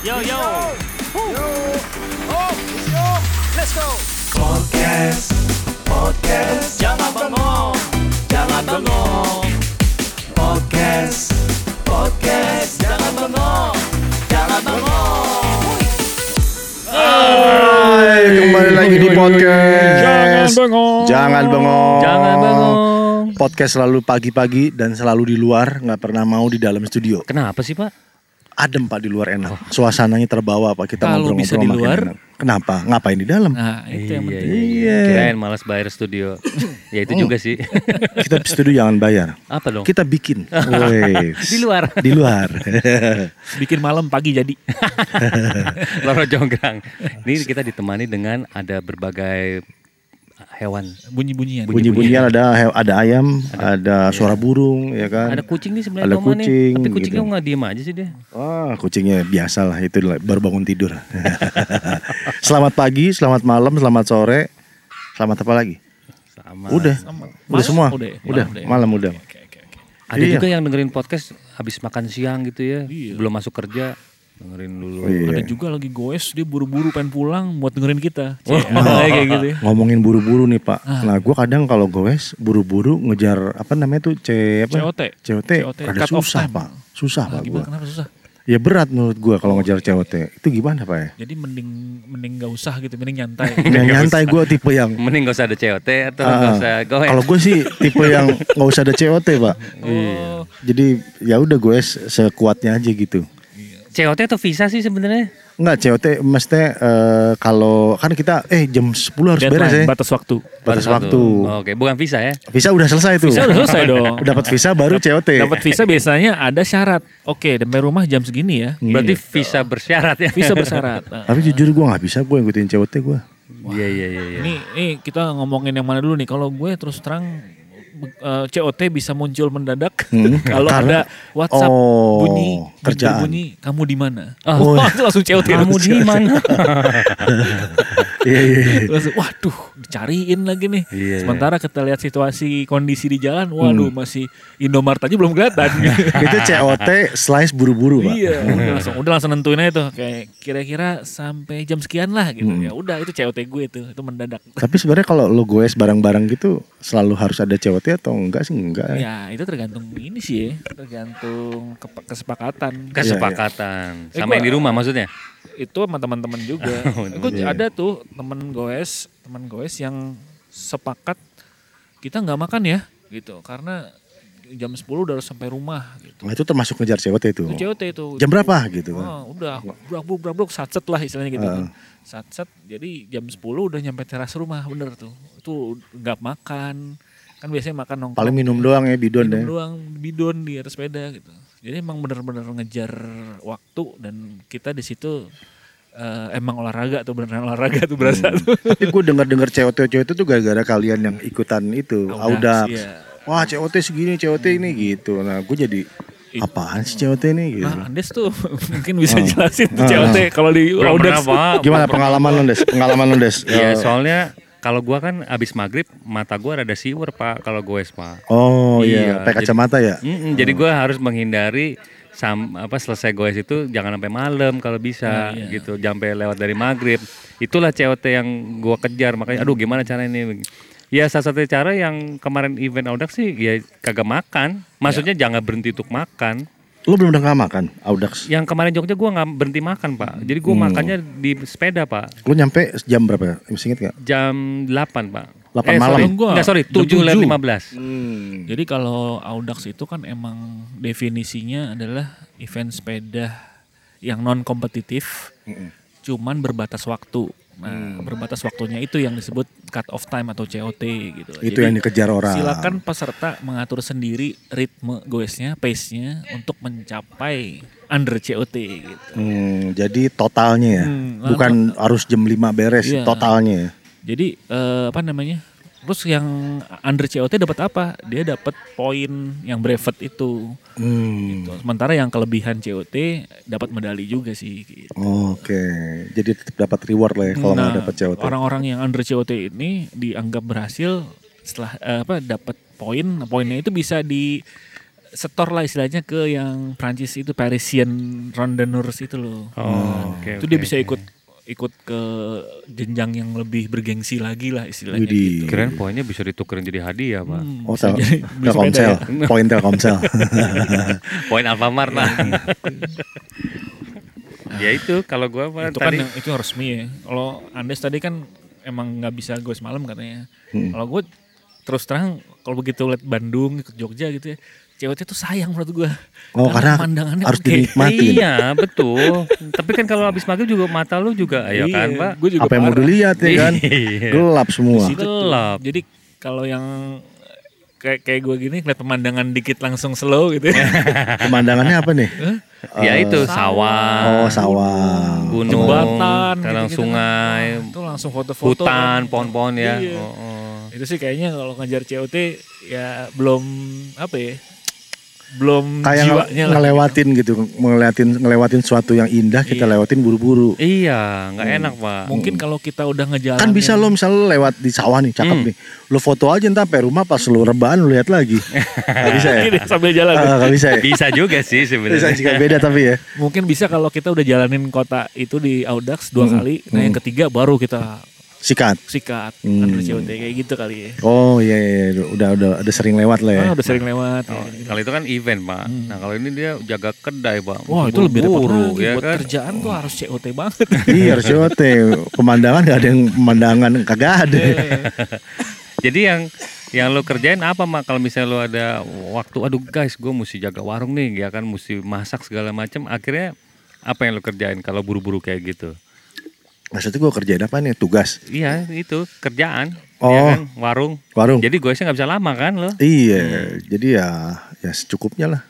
Yo. Yo. Let's go. Podcast. Jangan bengong. Podcast. Jangan bengong. Hai, kembali lagi di podcast. Jangan bengong. Podcast selalu pagi-pagi dan selalu di luar, nggak pernah mau di dalam studio. Kenapa sih, Pak? Adem Pak di luar enak. Suasananya terbawa Pak. Kita Kalau ngobrol-ngobrol bisa di makin luar. enak. Kenapa? Ngapain di dalam? Nah, itu yang penting. Iya. Kirain malas bayar studio. Ya itu juga sih. Kita di studio jangan bayar. Apa dong? Kita bikin. Woi. Di luar. Di luar. Bikin malam pagi jadi. Loro Jonggrang. Ini kita ditemani dengan ada berbagai hewan. Bunyi-bunyian. Bunyi-bunyian ada ayam, ada suara burung, ya kan? Ada kucing nih sebenarnya Ada Toma nih. kucing, Tapi kucingnya gitu. nggak diem aja sih dia. Wah, kucingnya biasa lah, itu baru bangun tidur. Selamat pagi, selamat malam, selamat sore, selamat apa lagi? Sama. Udah Malam? semua. Udah. Malam udah. Oke. Ada Iya. juga yang dengerin podcast habis makan siang gitu ya. Iya. Belum masuk kerja dengerin dulu. Oh, iya. Ada juga lagi goes, dia buru-buru pengen pulang buat dengerin kita. Kayak gitu ya. Ngomongin buru-buru nih Pak. Nah, gue kadang kalau goes buru-buru ngejar apa namanya tuh COT. COT. Ada Cut off susah time. Pak. Susah Pak Gimana, gue. kenapa susah? Ya berat menurut gue kalau ngejar COT. Itu gimana Pak ya? Jadi mending gak usah gitu, mending nyantai. Yang nyantai gue tipe yang Mending gak usah ada COT atau gak usah goes. kalau gue sih tipe yang nggak usah ada COT Pak. Oh, Jadi ya udah gue sekuatnya aja gitu. COT atau visa sih sebenarnya? Enggak, COT mestinya kalau kan kita jam 10 harus beres ya. deadline, batas waktu. Batas waktu. Oke, bukan visa ya. Visa udah selesai tuh. Visa udah selesai dong. Dapat visa baru COT. Dapat visa biasanya ada syarat. Oke, sampai rumah jam segini ya. Berarti visa bersyarat ya. Visa bersyarat. Nah, Tapi jujur gue nggak bisa gue ngikutin COT gue. Iya. Ini kita ngomongin yang mana dulu nih? Kalau gue terus terang COT bisa muncul mendadak kalau Karena- ada WhatsApp bunyi, kerjaan. bunyi, kamu di mana? Oh. Itu langsung COT. Kamu di mana? Iya. Langsung, waduh, dicariin lagi nih. Iya. Sementara kita lihat situasi kondisi di jalan, waduh masih Indomaret aja belum kelihatan. Itu COT slice buru-buru Pak. Iya, udah langsung nentuin aja tuh kayak kira-kira sampai jam sekian lah gitu. Ya udah itu COT gue itu mendadak. Tapi sebenarnya kalau lo goes barang-barang gitu selalu harus ada COT atau enggak sih? Enggak. Ya itu tergantung ini sih ya, tergantung kesepakatan. Kesepakatan. Sama gua- yang di rumah maksudnya? Itu sama teman-teman juga. Gue ada tuh teman goes yang sepakat kita nggak makan ya gitu karena jam 10 udah harus sampai rumah gitu. Nah, itu termasuk ngejar COT itu. Itu COT itu. Jam berapa gitu kan? Udah brabruk satset lah istilahnya gitu kan. Satset jadi jam 10 udah nyampe teras rumah bener tuh. Itu nggak makan. Kan biasanya makan nongkrong. Paling minum doang ya bidon minum ya. doang bidon di atas sepeda gitu. Jadi emang bener-bener ngejar waktu dan kita di situ emang olahraga tuh beneran olahraga tuh berasa tuh. Tapi gue dengar COT itu tuh gara-gara kalian yang ikutan itu Audax. Iya. Wah COT segini, COT ini gitu. Nah gue jadi apaan sih COT ini gitu. Nah, Andes tuh mungkin bisa jelasin tuh COT kalau di Belum Audax. pernah, Pak. Gimana pengalaman lo Des? Iya, soalnya kalau gua kan abis maghrib mata gua rada siwer Pak kalau goes Pak. Oh iya, Iya, pakai kacamata ya? Jadi gua harus menghindari selesai goes itu jangan sampai malam kalau bisa gitu, sampai lewat dari maghrib. Itulah COT yang gua kejar, makanya aduh gimana cara ini. Ya salah satu cara yang kemarin event Audax sih ya kagak makan. Maksudnya jangan berhenti untuk makan. Lo belum udah gak makan Audax? Yang kemarin Jogja gua nggak berhenti makan Pak. Jadi gua makannya di sepeda Pak. Lo nyampe jam berapa? Masih inget gak? Jam 8 Pak. 8 malam? Sorry, 7:15. Jadi kalau Audax itu kan emang definisinya adalah event sepeda yang non kompetitif, cuman berbatas waktu. Nah, berbatas waktunya itu yang disebut cut off time atau COT gitu. Itu yang dikejar orang. Silakan peserta mengatur sendiri ritme goesnya, pace-nya untuk mencapai under COT gitu. Jadi totalnya ya? Bukan harus jam 5 beres, Iya. totalnya ya? Jadi terus yang under COT dapat apa? Dia dapat poin yang brevet itu. Gitu. Sementara yang kelebihan COT dapat medali juga sih. Gitu. Oke, jadi tetap dapat reward lah ya kalau nggak dapat COT. Orang-orang yang under COT ini dianggap berhasil setelah dapat poin. Nah, poinnya itu bisa setor lah istilahnya ke yang Prancis itu, Parisian Randonneurs itu loh. Itu dia bisa ikut ke jenjang yang lebih bergengsi lagi lah istilahnya gitu. Keren poinnya bisa ditukerin jadi hadiah, Pak. Oh, beli Telkomsel, sepeda poin Telkomsel. Poin Alfamart lah. Ya itu kalau gua Itu tadi kan itu yang resmi ya. Kalau Andes tadi kan emang nggak bisa gue semalam katanya. Kalau gue terus terang kalau begitu lihat Bandung ke Jogja gitu ya, ceweknya tuh sayang menurut gue. Oh, karena pemandangannya harus oke. dinikmatin. Iya betul. Tapi kan kalau habis maghrib juga mata lu juga ayo kan, Pak. Gue juga Apa yang mau parah. dilihat ya kan? Iya. Gelap semua. Di situ tuh. Gelap. Jadi kalau yang kayak gue gini lihat pemandangan dikit langsung slow gitu ya. Pemandangannya apa nih? Ya itu sawah, Oh, sawah. gunung, Jembatan, kadang gitu-gitu. sungai, Itu langsung foto-foto. hutan, kan. pohon-pohon ya. Iya. Oh. Itu sih kayaknya kalau ngejar COT ya belum apa ya? Belum Kayak jiwanya lah. ngelewatin suatu yang indah kita lewatin buru-buru. Iya, nggak enak, Pak. Mungkin kalau kita udah ngejalanin. Kan bisa lo misalnya lewat di sawah nih, cakep nih. Lo foto aja ntar sampai rumah pas lo rebahan lo lihat lagi. Gak bisa ya? Gini, sambil jalan. Gak bisa ya? Bisa juga sih Bisa sebenarnya. juga beda tapi ya. Mungkin bisa kalau kita udah jalanin kota itu di Audax 2 kali. Nah yang ketiga baru kita Sikat. sikat Andres COT kayak gitu kali ya. Oh iya, udah sering lewat lah ya. Udah sering lewat. Oh, kalau itu kan event, Pak. Nah, kalau ini dia jaga kedai, Pak. Wah itu lebih repot Buru-buru, lagi. ya Buat kan? kerjaan tuh harus COT banget. Iya harus COT. Pemandangan gak ada yang pemandangan kagak ada. Jadi yang lo kerjain apa, Mak? Kalau misalnya lo ada waktu, aduh guys, gue mesti jaga warung nih, ya kan, mesti masak segala macam. Akhirnya apa yang lo kerjain kalau buru-buru kayak gitu? Maksudnya gue kerjain apa nih? Tugas. Iya, itu kerjaan, Oh. ya kan, warung. Warung. Jadi gue sih nggak bisa lama kan lo? Iya, jadi ya secukupnya lah.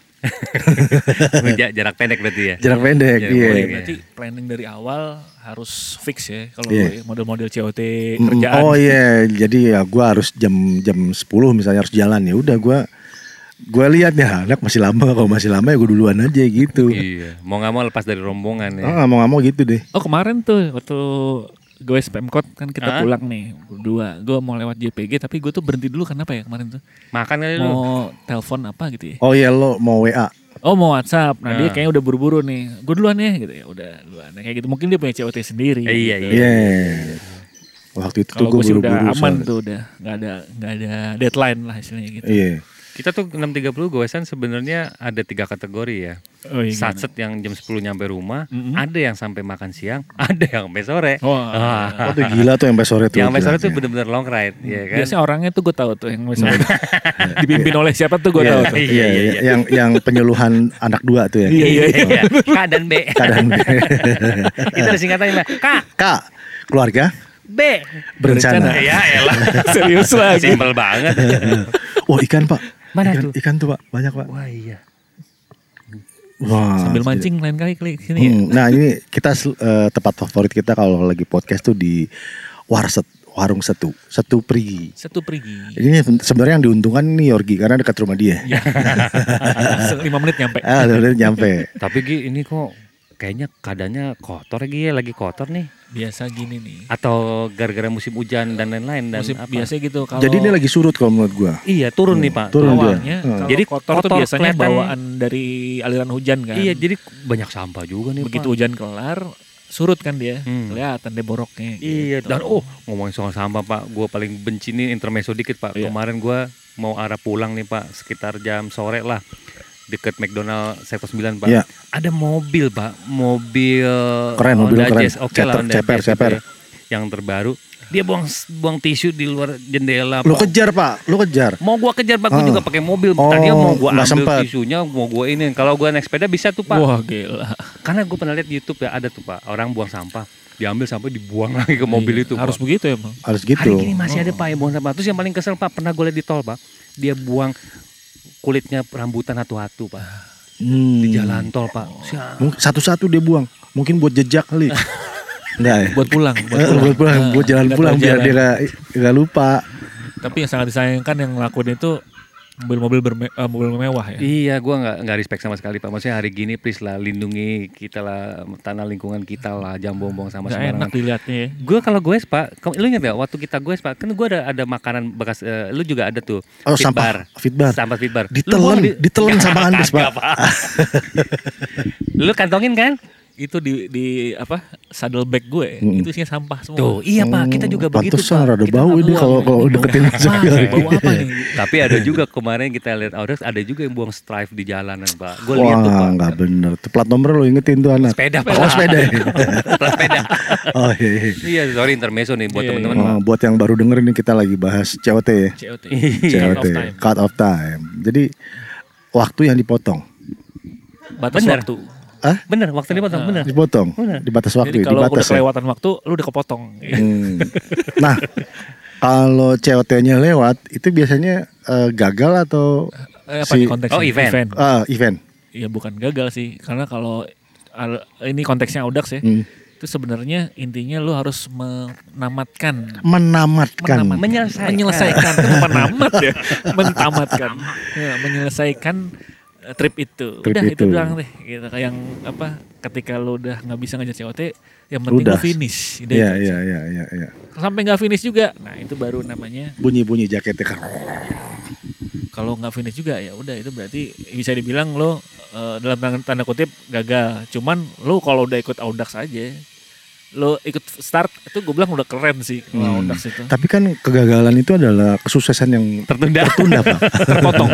Jarak pendek berarti ya. Jarak pendek, Ya, iya. boleh. Berarti planning dari awal harus fix ya. Kalau Iya. model-model COT kerjaan. Oh iya, jadi ya gue harus jam 10 misalnya harus jalan ya. Udah gue lihat ya anak masih lama, kalau masih lama ya gue duluan aja gitu. Iya, mau nggak mau lepas dari rombongan ya. Ah, mau gitu deh. Oh kemarin tuh waktu gue Pemkot kan kita pulang nih berdua. Gue mau lewat JPG tapi gue tuh berhenti dulu kenapa ya kemarin tuh? Makan kali lu. Mau telepon apa gitu ya? Oh iya lo mau WA. Oh mau WhatsApp. Nah dia Nah. kayaknya udah buru-buru nih. Gue duluan ya gitu ya. Udah duluan. Nah, kayak gitu mungkin dia punya COT sendiri. Iya, gitu. Iya. Waktu itu tuh Kalau gue gue sih udah buru-buru. aman soalnya. tuh udah nggak ada deadline lah istilahnya gitu. Iya. Kita tuh 6.30 goesan sebenarnya ada 3 kategori ya. Oh iya. gimana? Satset yang jam 10 nyampe rumah, ada yang sampai makan siang, ada yang sampai sore. Wah. Oh tuh gila tuh yang sampai sore tuh. Yang sampai sore gila. tuh bener-bener long ride, ya kan? Biasanya orangnya tuh gue tahu tuh yang misalnya dipimpin oleh siapa tuh gue Iya, tahu tuh. iya, iya. Yang penyuluhan anak dua tuh ya. Iya. Iya, K dan B. Kadang Itu ada singkatannya, Mbak. K, Kak, keluarga B. berencana. Ya elah. Serius lagi. Simpel banget. Wah ikan pak. Mana ikan, tuh? Ikan tuh pak, banyak pak. Wah iya. Wah. Sambil mancing lain kali sini ya. Nah ini kita tempat favorit kita kalau lagi podcast tuh di Warung Setu Prigi. Satu pergi. Ini sebenarnya yang diuntungkan nih Yorgi karena dekat rumah dia. 5 menit nyampe. Udah nyampe. Tapi Gi ini kok kayaknya keadaannya kotor ya, Gi, lagi kotor nih. Biasa gini nih. Atau gara-gara musim hujan dan lain-lain dan Musim apa? biasa gitu kalau Jadi ini lagi surut kalau menurut gua. Iya turun nih Pak. Turun dia. awalnya kalau Jadi kotor tuh kotor biasanya kelihatan- bawaan dari aliran hujan kan. Iya jadi banyak sampah juga nih Begitu Pak. hujan kelar surut kan dia. Hmm. Kelihatan deh boroknya. Iya gitu. dan ngomongin soal sampah Pak, gue paling benci nih intermezzo dikit Pak. Iya. Kemarin gue mau arah pulang nih Pak, sekitar jam sore lah, deket McDonald Sektor 9 Pak. Iya. Ada mobil Pak, mobil Keren, mobil Honda keren. Jazz, oke lah Honda Ceper, Jazz gitu ceper. ya, yang terbaru. Dia buang tisu di luar jendela Lu Pak. kejar pak, lu kejar. Mau gua kejar Pak, gua Ah. juga pakai mobil. Oh, Tadinya mau gua nggak ambil sempet. tisunya, mau gua ini. Kalau gua naik sepeda bisa tuh Pak. Wah gila. Karena gua pernah lihat di YouTube ya ada tuh Pak, orang buang sampah, diambil sampai dibuang lagi ke mobil itu. Harus Pak. begitu ya bang. Harus Hari gitu. ini masih ada Pak yang buang sampah. Terus yang paling kesel Pak, pernah gue lihat di tol Pak, dia buang kulitnya rambutan hatu-hatu Pak di jalan tol Pak. Mungkin satu-satu dia buang. Mungkin buat jejak kali. Enggak ya? Buat pulang. Buat jalan Nggak pulang biar pelajaran. dia gak lupa. Tapi yang sangat disayangkan yang ngelakuin itu mobil mewah ya. Iya, gua nggak respect sama sekali Pak. Maksudnya hari gini please lah lindungi kita lah, tanah lingkungan kita lah, jangan buang-buang sama Nggak sembarangan. enak dilihatnya ya. Gue kalau goes Pak, lu ingat gak waktu kita goes Pak, kan gue ada makanan bekas, lu juga ada tuh. Oh, sampah feedbar. Sampah feedbar. Ditelan sama Andes Pak. Lu kantongin kan? Itu di apa saddlebag gue itu isinya sampah semua. Tuh, iya Pak, kita juga begitu Pantesan Pak. rada Kita bau nggak ini buang. kalau deketin Bau apa nih? Tapi ada juga kemarin kita lihat Audax, ada juga yang buang stripe di jalanan Pak. Gue lihat tuh Pak. Wah, nggak bener. Tuh plat nomor lo ingetin tuh anak. Sepeda Pak. Oh, sepeda. Ya? Sepeda. Oh iya. Iya, sorry intermezzo nih buat Iya, teman-teman. Oh, buat yang baru denger ini kita lagi bahas COT ya. COT. COT. Cut of time. Jadi waktu yang dipotong. Batas Benar. waktu. Bener, waktu ini potong, bener. Dipotong. Bener. Di batas waktu. Jadi kalau udah dibatas ya. kelewatan waktu, lu udah kepotong. Nah, kalau COT-nya lewat itu biasanya gagal atau Apa nih konteksnya? Oh, event. event. Iya bukan gagal sih, karena kalau ini konteksnya Audax ya, itu sebenarnya intinya lu harus menamatkan, menyelesaikan, itu bukan namat ya, mentamatkan, ya, menyelesaikan trip itu. Udah itu doang deh, gitu. Yang apa? Ketika lu udah nggak bisa ngejar COT, yang penting lu finish. Iya. Sampai nggak finish juga, nah itu baru namanya Bunyi jaketnya kan. kalau nggak finish juga ya udah itu berarti bisa dibilang lo dalam tanda kutip gagal. Cuman lo kalau udah ikut Audax aja, lo ikut start itu gue bilang udah keren sih Audax itu. Tapi kan kegagalan itu adalah kesuksesan yang tertunda Pak. Terpotong.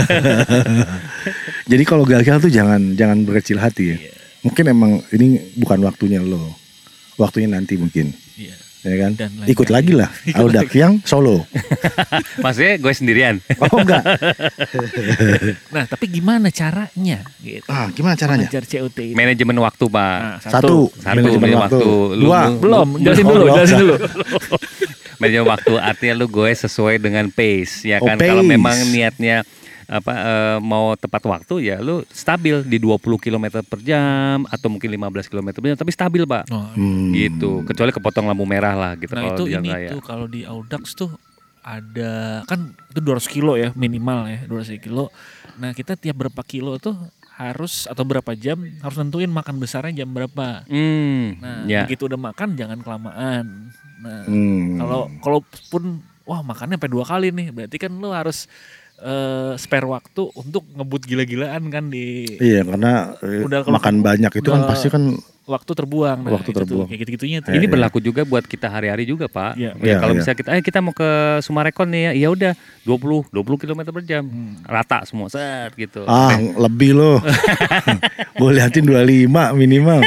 Jadi kalau gagal tuh jangan berkecil hati ya. Mungkin emang ini bukan waktunya lo. Waktunya nanti mungkin. Iya. Ya kan? Dan lain Ikut kali. lagi lah Audax yang solo. Maksudnya gue sendirian. Oh enggak. Nah tapi gimana caranya? Gitu. Gimana caranya? Ngejar COT itu. Manajemen waktu Pak. Nah, Satu, manajemen waktu. Dua, Belum, jelasin dulu. Manajemen waktu artinya lu gue sesuai dengan pace ya Oh, kan. Kalau pace. memang niatnya mau tepat waktu ya lu stabil di 20 km per jam atau mungkin 15 km per jam tapi stabil Pak. Oh, Gitu. Kecuali kepotong lampu merah lah gitu nah kalau itu di jalan ini raya. tuh kalau di Audax tuh ada kan itu 200 kilo ya minimal ya 200 kilo. Nah kita tiap berapa kilo tuh harus atau berapa jam harus nentuin makan besarnya jam berapa. Nah ya. begitu udah makan jangan kelamaan. Nah kalau pun wah makannya sampai 2 kali nih berarti kan lo harus spare waktu untuk ngebut gila-gilaan kan di. Iya karena Udah kalau makan banyak itu kan pasti kan waktu terbuang. Nah, Waktu terbuang. Kayak gitu-gitunya tuh. Ini berlaku juga buat kita hari-hari juga Pak. Iya. Ya, kalau Iya. bisa kita mau ke Sumarekon nih ya udah 20 km per jam. Rata semua set gitu. lebih loh. Gue liatin 25 minimal.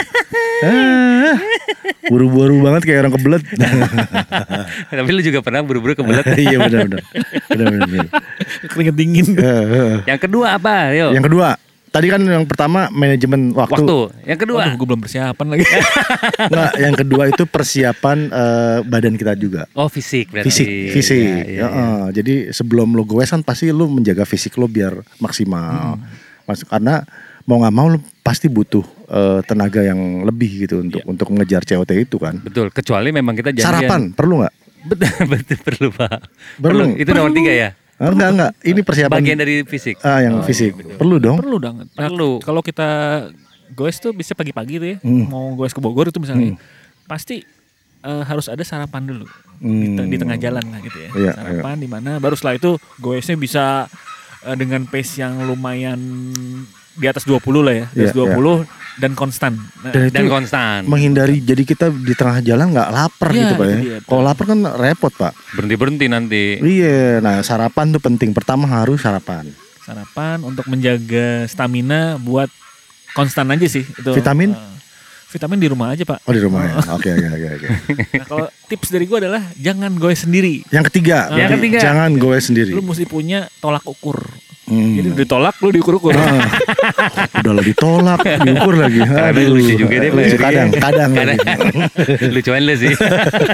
Buru-buru banget kayak orang kebelet. Tapi lu juga pernah buru-buru kebelet. Iya benar. Keringet dingin. Yang kedua apa? Yo. Yang kedua, tadi kan yang pertama manajemen waktu. Yang kedua. Waduh, gue belum persiapan lagi. Nggak, yang kedua itu persiapan badan kita juga. Oh fisik berarti. Fisik. Iya. Jadi sebelum lo goes kan pasti lo menjaga fisik lo biar maksimal. Karena mau nggak mau lo pasti butuh tenaga yang lebih gitu untuk mengejar COT itu kan. Betul. Kecuali memang kita janjian. Sarapan perlu nggak? Betul perlu Pak. Perlu. Itu nomor 3 ya. Enggak. Ini persiapan. Bagian dari fisik. Yang fisik. Perlu dong. Perlu banget. Nah, Perlu. kalau kita goes tuh bisa pagi-pagi tuh ya. Mau goes ke Bogor itu misalnya. Pasti harus ada sarapan dulu. Di tengah jalan lah gitu ya. Iya, Sarapan di mana baru setelah itu goesnya bisa dengan pace yang lumayan di atas 20 lah ya. Di atas 20 dan konstan. Nah, Dan konstan. Menghindari jadi kita di tengah jalan nggak lapar Iya, gitu Pak ya. itu dia. Kalau lapar kan repot Pak. Berhenti nanti. Iya, nah sarapan tuh penting. Pertama harus sarapan. sarapan untuk menjaga stamina buat konstan aja sih itu. Vitamin? Vitamin di rumah aja Pak. Oh di rumah ya. Oke. Nah kalau tips dari gue adalah jangan goes sendiri. Yang ketiga, Yang ketiga. jangan goes sendiri. Lu mesti punya tolak ukur. Jadi udah ditolak lu diukur-ukur. Udah lah ditolak, diukur lagi. Kadang lucu juga deh, Pak. Lucu kadang lagi. Lucuan lu sih.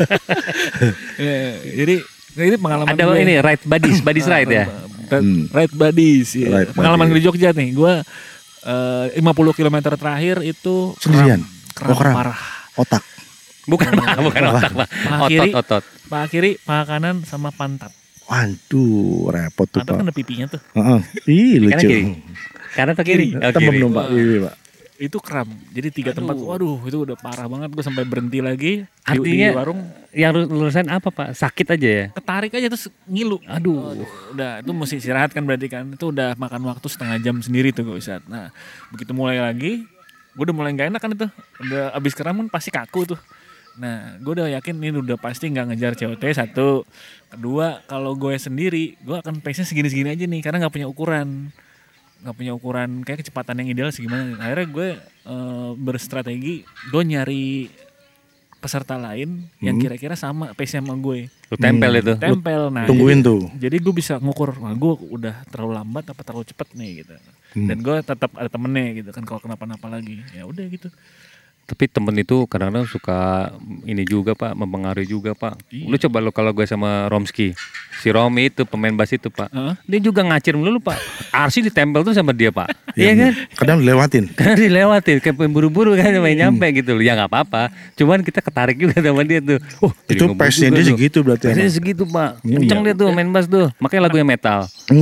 Jadi ini pengalaman Ada gue. ini ride buddies ride ya. Ride buddies ya. Ride Pengalaman buddies. di Jogja nih, gue 50 km terakhir itu Sendirian? kram Kram. parah. Otak. Bukan Pak, bukan otak Pak. Paha kiri. Otot. Paha kiri, paha kanan sama pantat. Waduh, repot tuh Kantor Pak. kan ada pipinya tuh. Heeh. Ih, Kanan lucu. kiri? Kanan atau kiri? Oh, Tembem kiri. dong Pak. Iya, Pak. Itu kram. Jadi 3 tempat. Waduh, itu udah parah banget. Gue sampai berhenti lagi di Artinya warung. yang lulusan apa Pak? Sakit aja ya? Ketarik aja terus ngilu. Aduh, udah itu mesti istirahat kan berarti kan. Itu udah makan waktu setengah jam sendiri tuh gue istirahat. Nah, begitu mulai lagi, gue udah mulai gak enak kan itu. Udah abis kram kan pasti kaku tuh. Nah, gue udah yakin ini udah pasti gak ngejar COT satu. Kedua, kalau gue sendiri, gue akan pace-nya segini-segini aja nih. Karena gak punya ukuran. Gak punya ukuran kayak kecepatan yang ideal segimana. Akhirnya gue berstrategi, gue nyari peserta lain yang kira-kira sama pace sama gue. Lu tempel itu. Tempel. Nah, Tungguin jadi, tuh. Jadi gue bisa ngukur, wah gue udah terlalu lambat apa terlalu cepet nih gitu. Dan gue tetap ada temennya gitu kan kalau kenapa-napa lagi. Ya udah gitu. Tapi temen itu kadang-kadang suka ini juga Pak, mempengaruhi juga Pak. Iya. Lu coba lu kalau gue sama Romski, si Romi itu pemain bass itu Pak, dia juga ngacir melulu Pak. Arsi ditempel tuh sama dia Pak, iya kan? Kadang dilewatin. Karena dilewatin, kayak buru-buru kan main nyampe gitu loh. Ya nggak apa-apa, cuman kita ketarik juga sama dia tuh. Oh, Itu pace-nya dia segitu berarti. Pace-nya emang. segitu Pak, kenceng dia tuh main bass tuh. Makanya lagunya metal.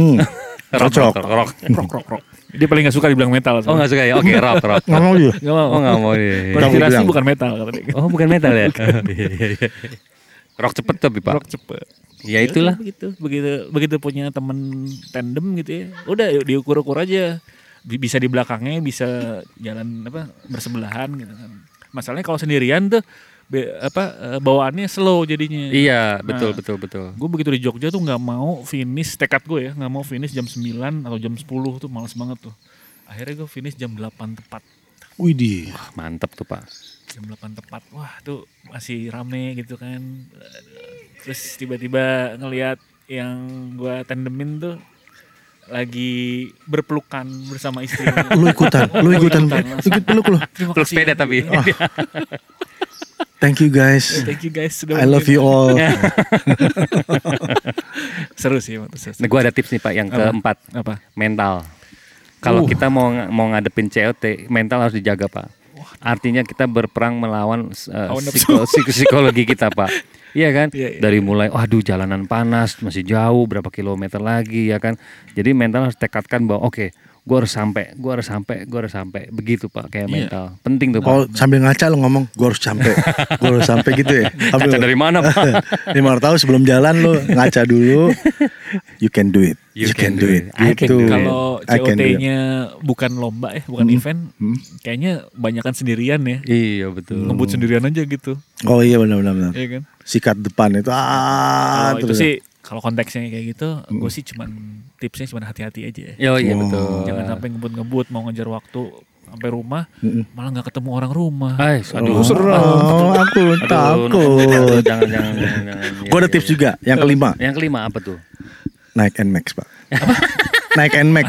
Cocok. Rock. Rock. Dia paling gak suka dibilang metal. Oh nggak suka ya? Oke, rock. Nggak mau dia. Gak mau. Oh nggak mau dia. Konspirasi bilang. bukan metal kata dia. Oh bukan metal ya? Iya. Rock cepet tapi Pak. Rock cepet. Ya itulah. Begitu punya temen tandem gitu ya. Udah yuk diukur-ukur aja. Bisa di belakangnya, bisa jalan bersebelahan gitu kan. Masalahnya kalau sendirian tuh bawaannya slow jadinya. Iya, betul. Gue begitu di Jogja tuh nggak mau finish, tekad gue ya nggak mau finish jam 9 atau jam 10 tuh males banget tuh. Akhirnya gue finish jam 8 tepat. Widih. Mantep tuh Pak. Jam 8 tepat, wah tuh masih rame gitu kan. Terus tiba-tiba ngelihat yang gue tandemin tuh lagi berpelukan bersama istri. Lu ikutan. Ikut peluk lu. Terima Peluk kasih. sepeda tapi. Thank you guys. Thank you guys sudah I love you all. Seru sih waktu seru. Nah, gue ada tips nih Pak yang keempat, Apa? mental. Kalau kita mau ngadepin COT, mental harus dijaga Pak. Artinya kita berperang melawan psikologi kita Pak. Iya kan? Iya. Dari mulai, waduh jalanan panas, masih jauh, berapa kilometer lagi ya kan. Jadi mental harus tekadkan bahwa oke, gue harus sampai. Begitu Pak, kayak mental. Penting tuh Pak. Oh, sambil ngaca lu ngomong, gue harus sampai gitu ya. Kaca dari mana Pak? 5 tahun sebelum jalan lu ngaca dulu. You can do it. You can do it. I can Gitu. do it. Kalau I can do it. COT-nya bukan lomba bukan event, kayaknya banyakan sendirian ya. Iya betul. Ngebut sendirian aja gitu. Oh iya benar. Iya kan? Sikat depan itu Kalau itu terus. sih kalau konteksnya kayak gitu, gue sih tipsnya cuma hati-hati aja. Iya betul. Jangan sampai ngebut-ngebut mau ngejar waktu sampai rumah malah nggak ketemu orang rumah. Aduh, Aku takut. Jangan. Gue ada tips juga. Yang kelima, Yang kelima apa tuh? Nike Nmax Pak. Nike Nmax.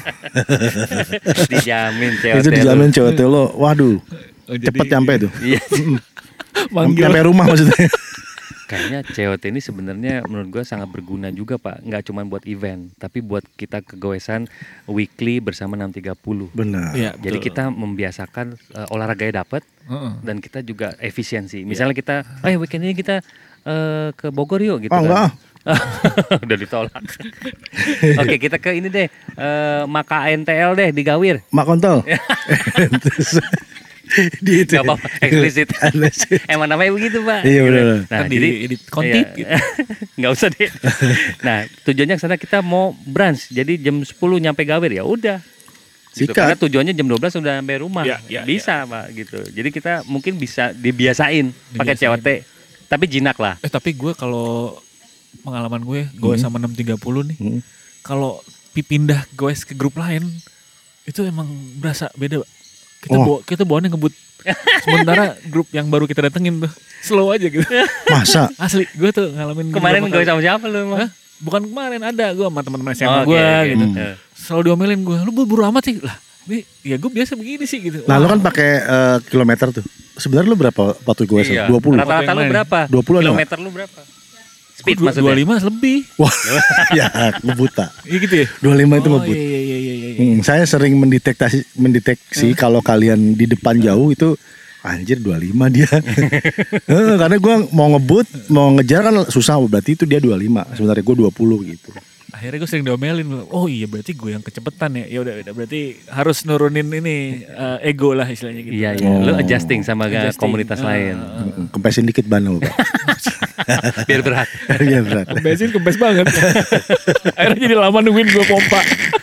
Dijamin COT. Itu dijamin COT lo. Waduh. Oh, jadi- Cepet nyampe tuh. Iya. Manggil. Nyampe rumah maksudnya. Kayaknya COT ini sebenarnya menurut gue sangat berguna juga Pak. Nggak cuma buat event, tapi buat kita kegoesan weekly bersama 630. Benar. Iya, Jadi betul. kita membiasakan olahraganya dapat dan kita juga efisiensi. Misalnya kita, weekend ini kita ke Bogor yuk gitu Oh, kan. enggak. Udah ditolak. Oke, kita ke ini deh, Maka NTL deh di Gawir. Mak kontol. Terus, di itu. Gak apa-apa, eksplisit. Emang namanya begitu Pak. Iya, benar. Nah, Kan jadi di kontip iya. gitu. Nggak usah deh. Nah, tujuannya ke sana kita mau brunch. Jadi jam 10 nyampe Gawir ya udah. Gitu. Sikat. Karena tujuannya jam 12 sudah sampai rumah. Ya, bisa Pak gitu. Jadi kita mungkin bisa dibiasain pakai COT. Tapi jinak lah. Tapi gue kalau pengalaman gue sama 630 nih, kalau pindah goes ke grup lain itu emang berasa beda. Kita bawaannya ngebut. Sementara grup yang baru kita datengin tuh slow aja gitu. Masa? Asli, gue tuh ngalamin. Kemarin beberapa gue kali. sama siapa lu emang? Hah? Bukan kemarin ada gue sama teman-teman SMA Oke, gue oke. gitu. Hmm. Selalu diomelin gue, lu buru amat sih lah. Ya gue biasa begini sih gitu. Nah, lu kan pakai kilometer tuh. Sebenarnya lu berapa waktu gue Iya. 20. Rata-rata lu berapa? 20 ada Kilometer lu berapa? Speed maksudnya. 25 lebih. Wah, ya lu buta. Iya gitu ya. 25 itu ngebut. Iya. Saya sering mendeteksi kalau kalian di depan jauh itu Anjir 25 dia. Karena gue mau ngebut, mau ngejar kan susah, berarti itu dia 25. Sebenarnya gue 20 gitu. Akhirnya gue sering diomelin, oh iya berarti gue yang kecepetan ya. Ya udah berarti harus nurunin ini ego lah istilahnya gitu. Iya, lu adjusting sama komunitas lain. Kempesin dikit ban lo, Pak. Biar berat. Biar berat. Bensin kempes banget. Akhirnya jadi lama nungguin gue pompa.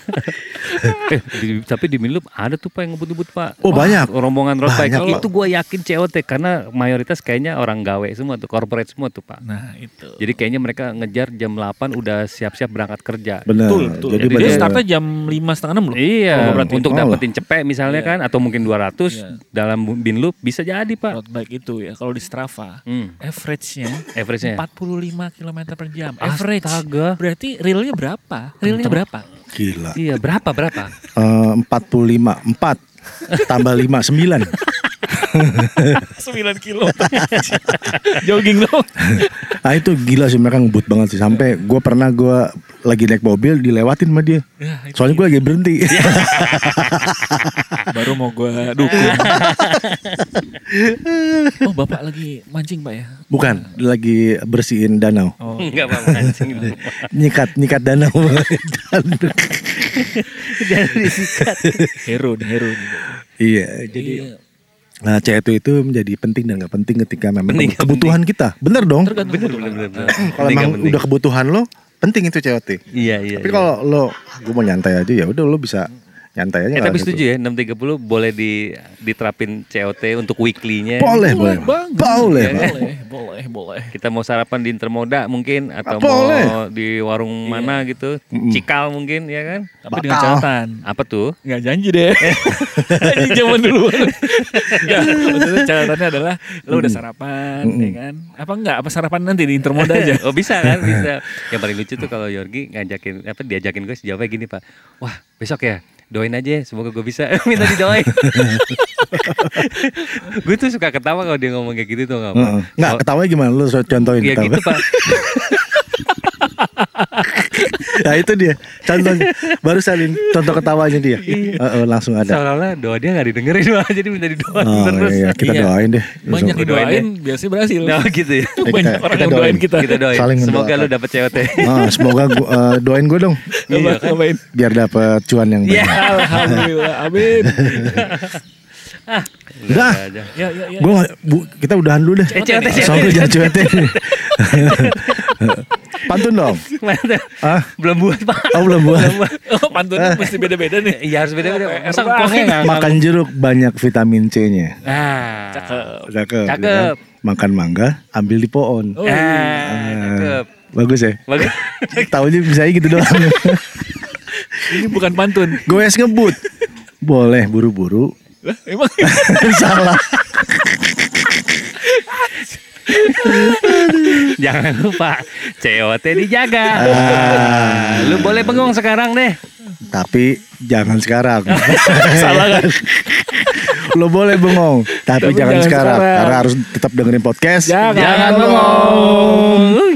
Tapi di Minloop ada tuh Pak yang ngebut-ngebut Pak. Oh, banyak. Rombongan road bike. Banyak, Pak. Itu gue yakin COT karena mayoritas kayaknya orang gawe semua tuh, corporate semua tuh Pak. Nah itu. Jadi kayaknya mereka ngejar jam 8 udah siap-siap berangkat kerja. Bener. Betul. Jadi dia startnya jam 5:30 loh. Iya, berarti untuk dapetin cepek misalnya Iya. kan, atau mungkin 200 Iya. dalam Minloop bisa jadi Pak. road bike itu ya kalau di Strava average-nya Average-nya 45 km per jam. Average. Astaga. Berarti realnya berapa? Realnya berapa? Gila. Iya, berapa? 45 4 tambah 5 9. 9 kilo. Jogging dong. Nah itu gila sih, mereka ngebut banget sih. Sampai gue pernah lagi naik mobil dilewatin sama dia. Ya, itu Soalnya gue lagi berhenti. baru mau gue dukung. Oh bapak lagi mancing Pak ya? Bukan, lagi bersihin danau. Oh Enggak apa-apa anjing. Nyikat danau. Jangan disikat. hero nih. Iya, jadi nah CET itu menjadi penting dan gak penting ketika memang Penting, gak kebutuhan kita. Bener dong. Tergantung Bener. Kalau Penting, memang penting. udah kebutuhan lo, penting itu COT. Iya. Tapi kalau lo, gue mau nyantai aja, ya udah lo bisa nyantai aja. Tapi gitu. setuju ya 6.30 boleh diterapin COT untuk weekly-nya. Boleh. banget. Boleh. Boleh. Kita mau sarapan di Intermoda mungkin atau Boleh. mau di warung mana gitu, Cikal mungkin ya kan? Tapi dengan Bakal. catatan Apa tuh? nggak janji deh. Janji zaman dulu. Nggak, maksudnya catatannya adalah lo udah sarapan, ya kan? Apa sarapan nanti di Intermoda aja? Oh bisa kan, bisa. Yang paling lucu tuh kalau Yorgi diajakin gue jawabnya gini Pak. Wah besok ya doain aja semoga gue bisa. Minta didoain. Gue tuh suka ketawa kalau dia ngomong kayak gitu tuh. Nggak, ketawanya gimana? Lo contohin Ya ketawa. gitu Pak. Nah itu dia contohnya. Baru salin contoh ketawanya dia. Langsung ada. Seolah-olah doa dia gak didengerin Pak. Jadi minta didoain Oh terus. iya, kita Iya. doain deh. Banyak Gue didoain, doain biasanya berhasil. Nah gitu ya. Banyak orang kita yang doain. doain kita. Kita doain. Saling Semoga mendoakan. lu dapet COT. Semoga doain gue dong. Ngapain? Biar dapet cuan yang Iya. banyak. Alhamdulillah, amin. Udah. aja. Ya. Kita udahan dulu deh. COT. Soalnya jangan cuete. Pantun dong. Ah? Belum buat Pak. Oh belum buat. Oh, pantunnya mesti beda-beda nih. Iya harus beda-beda. Masa Bang. kongnya nggak Makan jeruk banyak vitamin C-nya. Ah, Cakep. Cakep. Makan mangga, ambil di pohon. Oh, cakep. Bagus ya. Bagus. Taunya bisa gitu doang. ini bukan pantun. Goes ngebut. Boleh buru-buru. Lah, emang Salah. Jangan lupa COT dijaga. Lu boleh bengong sekarang deh. Tapi jangan sekarang. salah kan? Lo boleh bengong, tapi Tapi jangan jangan sekarang. sekarang. Karena harus tetap dengerin podcast. Jangan Jangan bengong.